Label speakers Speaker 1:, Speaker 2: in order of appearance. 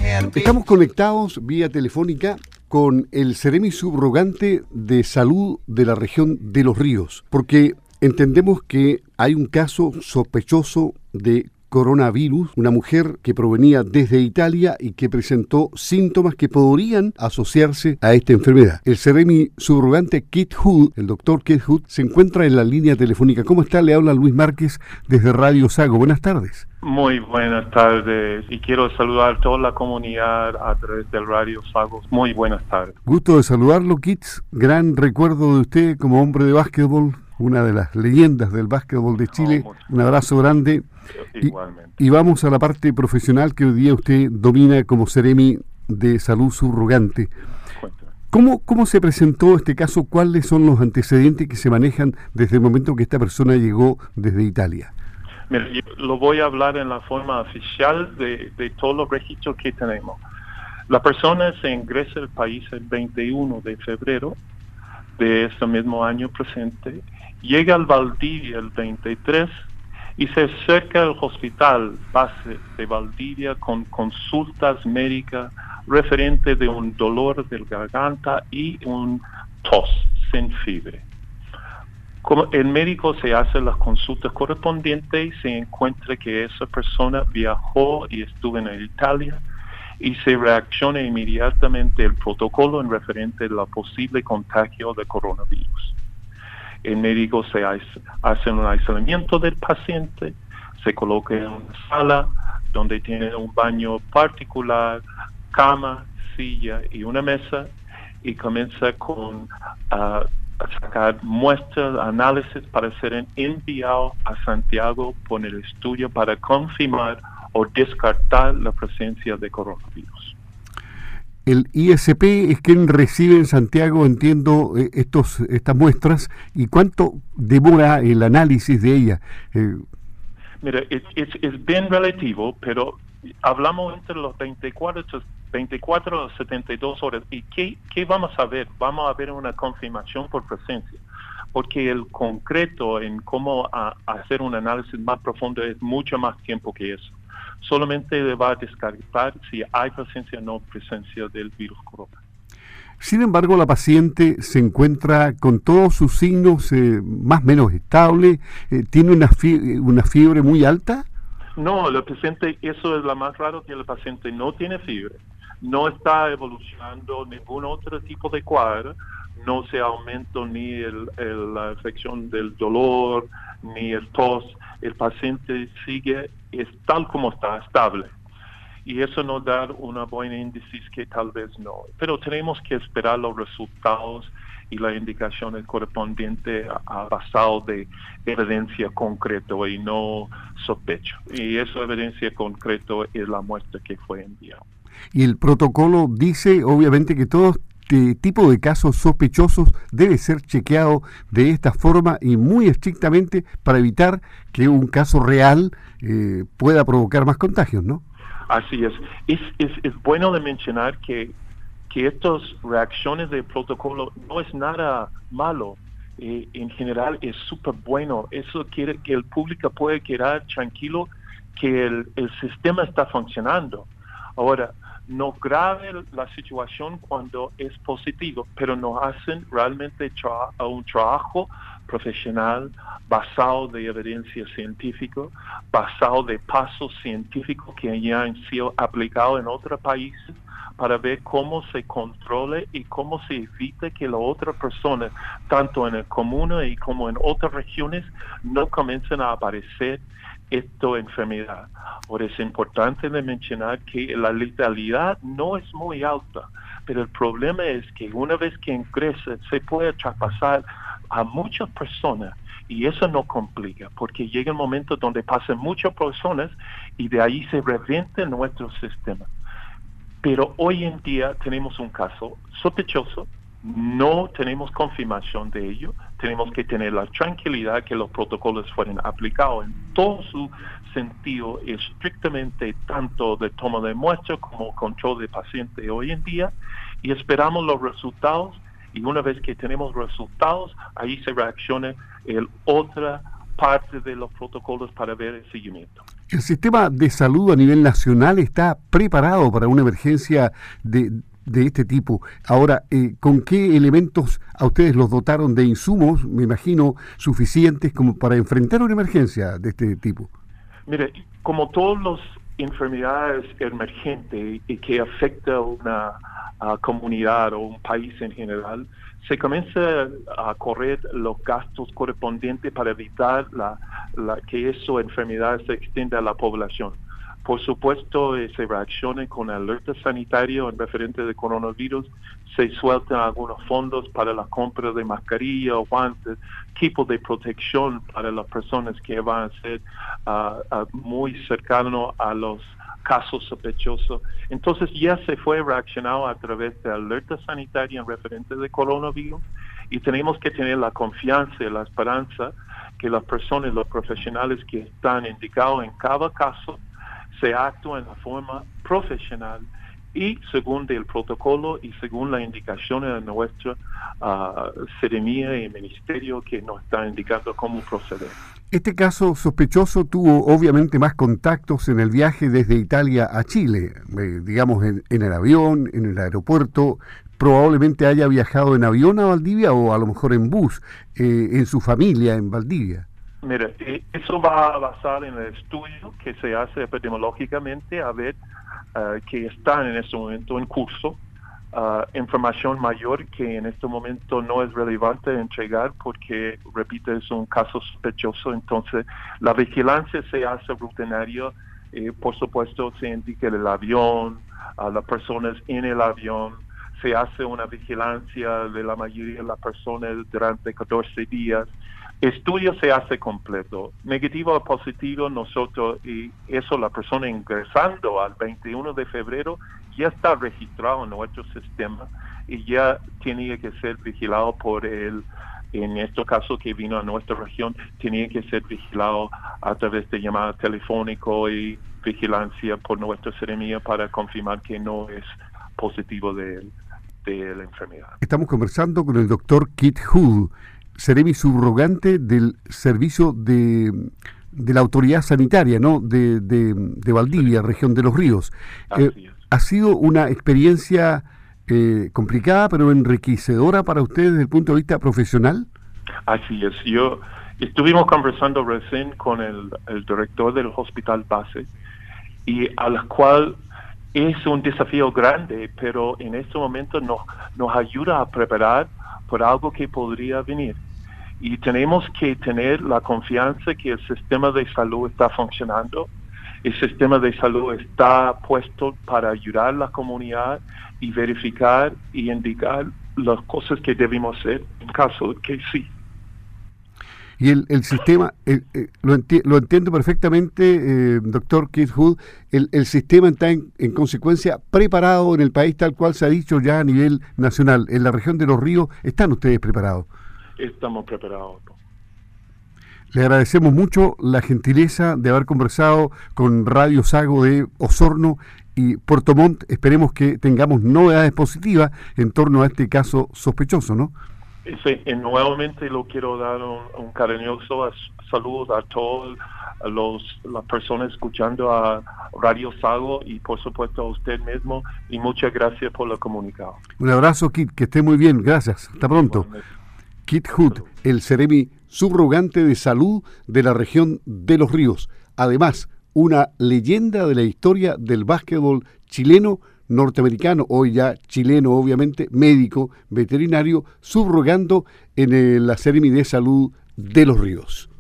Speaker 1: Estamos conectados vía telefónica con el Seremi subrogante de salud de la región de Los Ríos, porque entendemos que hay un caso sospechoso de coronavirus, una mujer que provenía desde Italia y que presentó síntomas que podrían asociarse a esta enfermedad. El Seremi subrogante Keith Hood, el doctor Keith Hood, se encuentra en la línea telefónica. ¿Cómo está? Le habla Luis Márquez desde Radio Sago. Buenas tardes.
Speaker 2: Muy buenas tardes y quiero saludar a toda la comunidad a través del Radio Sago. Muy buenas tardes.
Speaker 1: Gusto de saludarlo, Keith. Gran recuerdo de usted como hombre de básquetbol, una de las leyendas del básquetbol de Chile. Un abrazo grande.
Speaker 2: Igualmente.
Speaker 1: Y vamos a la parte profesional que hoy día usted domina como Seremi de salud subrogante. ¿Cómo se presentó este caso? ¿Cuáles son los antecedentes que se manejan desde el momento que esta persona llegó desde Italia?
Speaker 2: Mira, yo lo voy a hablar en la forma oficial de todos los registros que tenemos. La persona se ingresa al país el 21 de febrero de este mismo año presente, llega al Valdivia el 23 y se acerca al hospital base de Valdivia con consultas médicas referente de un dolor de garganta y un tos sin fiebre. Como el médico se hace las consultas correspondientes y se encuentra que esa persona viajó y estuvo en Italia y se reacciona inmediatamente el protocolo en referente a la posible contagio de coronavirus. El médico hace un aislamiento del paciente, se coloca en una sala donde tiene un baño particular, cama, silla y una mesa y comienza con a sacar muestras, análisis para ser enviado a Santiago por el estudio para confirmar o descartar la presencia de coronavirus.
Speaker 1: El ISP es quien recibe en Santiago, entiendo, estas muestras, y cuánto demora el análisis de ellas.
Speaker 2: Mira, es bien relativo, pero hablamos entre los 24 a 72 horas. ¿Y qué vamos a ver? Vamos a ver una confirmación por presencia, porque el concreto en cómo hacer un análisis más profundo es mucho más tiempo que eso. Solamente va a descartar si hay presencia o no presencia del virus corona.
Speaker 1: Sin embargo, la paciente se encuentra con todos sus signos más o menos estable, tiene una fiebre muy alta.
Speaker 2: No, el paciente, eso es lo más raro, que el paciente no tiene fiebre, no está evolucionando ningún otro tipo de cuadro, no se aumenta ni la afección del dolor, ni el tos, el paciente sigue tal como está, estable. Y eso nos da una buena índice que tal vez no. Pero tenemos que esperar los resultados y las indicaciones correspondientes basado de evidencia concreta y no sospecho. Y esa evidencia concreta es la muestra que fue enviada.
Speaker 1: Y el protocolo dice, obviamente, que todo este tipo de casos sospechosos debe ser chequeado de esta forma y muy estrictamente para evitar que un caso real pueda provocar más contagios, ¿no?
Speaker 2: Así es. Es bueno de mencionar que estas reacciones del protocolo no es nada malo. En general es súper bueno. Eso quiere que el público pueda quedar tranquilo que el sistema está funcionando. Ahora, no grave la situación cuando es positivo, pero nos hacen realmente un trabajo profesional basado de evidencia científica, basado de pasos científicos que ya han sido aplicados en otros países para ver cómo se controle y cómo se evita que la otra persona, tanto en el comuna y como en otras regiones, no comiencen a aparecer esta enfermedad. Ahora es importante de mencionar que la letalidad no es muy alta, pero el problema es que una vez que ingresa se puede traspasar a muchas personas y eso no complica, porque llega el momento donde pasan muchas personas y de ahí se revienta nuestro sistema. Pero hoy en día tenemos un caso sospechoso, no tenemos confirmación de ello, tenemos que tener la tranquilidad que los protocolos fueron aplicados en todo su sentido, estrictamente tanto de toma de muestra como control de paciente hoy en día, y esperamos los resultados, y una vez que tenemos resultados, ahí se reacciona otra parte de los protocolos para ver el seguimiento.
Speaker 1: ¿El sistema de salud a nivel nacional está preparado para una emergencia de este tipo? Ahora, ¿con qué elementos a ustedes los dotaron de insumos, me imagino, suficientes como para enfrentar una emergencia de este tipo?
Speaker 2: Mire, como todas las enfermedades emergentes y que afecta a una comunidad o un país en general, se comienza a correr los gastos correspondientes para evitar que esa enfermedad se extienda a la población. Por supuesto, se reacciona con alerta sanitaria en referente de coronavirus, se sueltan algunos fondos para la compra de mascarilla, guantes, equipos de protección para las personas que van a ser muy cercanos a los casos sospechosos. Entonces ya se fue reaccionado a través de alerta sanitaria en referente de coronavirus y tenemos que tener la confianza y la esperanza que las personas, los profesionales que están indicados en cada caso se actúan de forma profesional y según el protocolo y según las indicaciones de nuestra seremía y ministerio que nos está indicando cómo proceder.
Speaker 1: Este caso sospechoso tuvo obviamente más contactos en el viaje desde Italia a Chile, digamos en el avión, en el aeropuerto. Probablemente haya viajado en avión a Valdivia o a lo mejor en bus, en su familia en Valdivia.
Speaker 2: Mira, eso va a basar en el estudio que se hace epidemiológicamente a ver que están en este momento en curso. Información mayor que en este momento no es relevante entregar porque, repito, es un caso sospechoso. Entonces, la vigilancia se hace rutinaria. Por supuesto, se indica el avión, a las personas en el avión. Se hace una vigilancia de la mayoría de las personas durante 14 días. Estudio se hace completo, negativo o positivo, nosotros, y eso la persona ingresando al 21 de febrero ya está registrado en nuestro sistema y ya tenía que ser vigilado por él. En este caso que vino a nuestra región, tenía que ser vigilado a través de llamada telefónica y vigilancia por nuestra seremía para confirmar que no es positivo de la enfermedad.
Speaker 1: Estamos conversando con el doctor Keith Hood, seremi subrogante del servicio de la autoridad sanitaria, ¿no? de Valdivia, región de Los Ríos. ¿Ha sido una experiencia complicada pero enriquecedora para ustedes desde el punto de vista profesional?
Speaker 2: Así es. Estuvimos conversando recién con el director del hospital base y a la cual es un desafío grande, pero en este momento nos ayuda a preparar por algo que podría venir. Y tenemos que tener la confianza que el sistema de salud está funcionando. El sistema de salud está puesto para ayudar a la comunidad y verificar y indicar las cosas que debemos hacer en caso de que sí.
Speaker 1: Y el sistema, lo entiendo perfectamente, doctor Keith Hood, el sistema está en consecuencia preparado en el país tal cual se ha dicho ya a nivel nacional. En la región de Los Ríos, ¿están ustedes preparados?
Speaker 2: Estamos preparados.
Speaker 1: Le agradecemos mucho la gentileza de haber conversado con Radio Sago de Osorno y Puerto Montt. Esperemos que tengamos novedades positivas en torno a este caso sospechoso, ¿no?
Speaker 2: Sí, y nuevamente lo quiero dar un cariñoso saludo a todas las personas escuchando a Radio Sago y por supuesto a usted mismo y muchas gracias por lo comunicado.
Speaker 1: Un abrazo, Kit, que esté muy bien, gracias. Hasta pronto. Keith Hood, el seremi subrogante de salud de la región de Los Ríos. Además, una leyenda de la historia del básquetbol chileno, norteamericano, hoy ya chileno obviamente, médico, veterinario, subrogando en la seremi de salud de Los Ríos.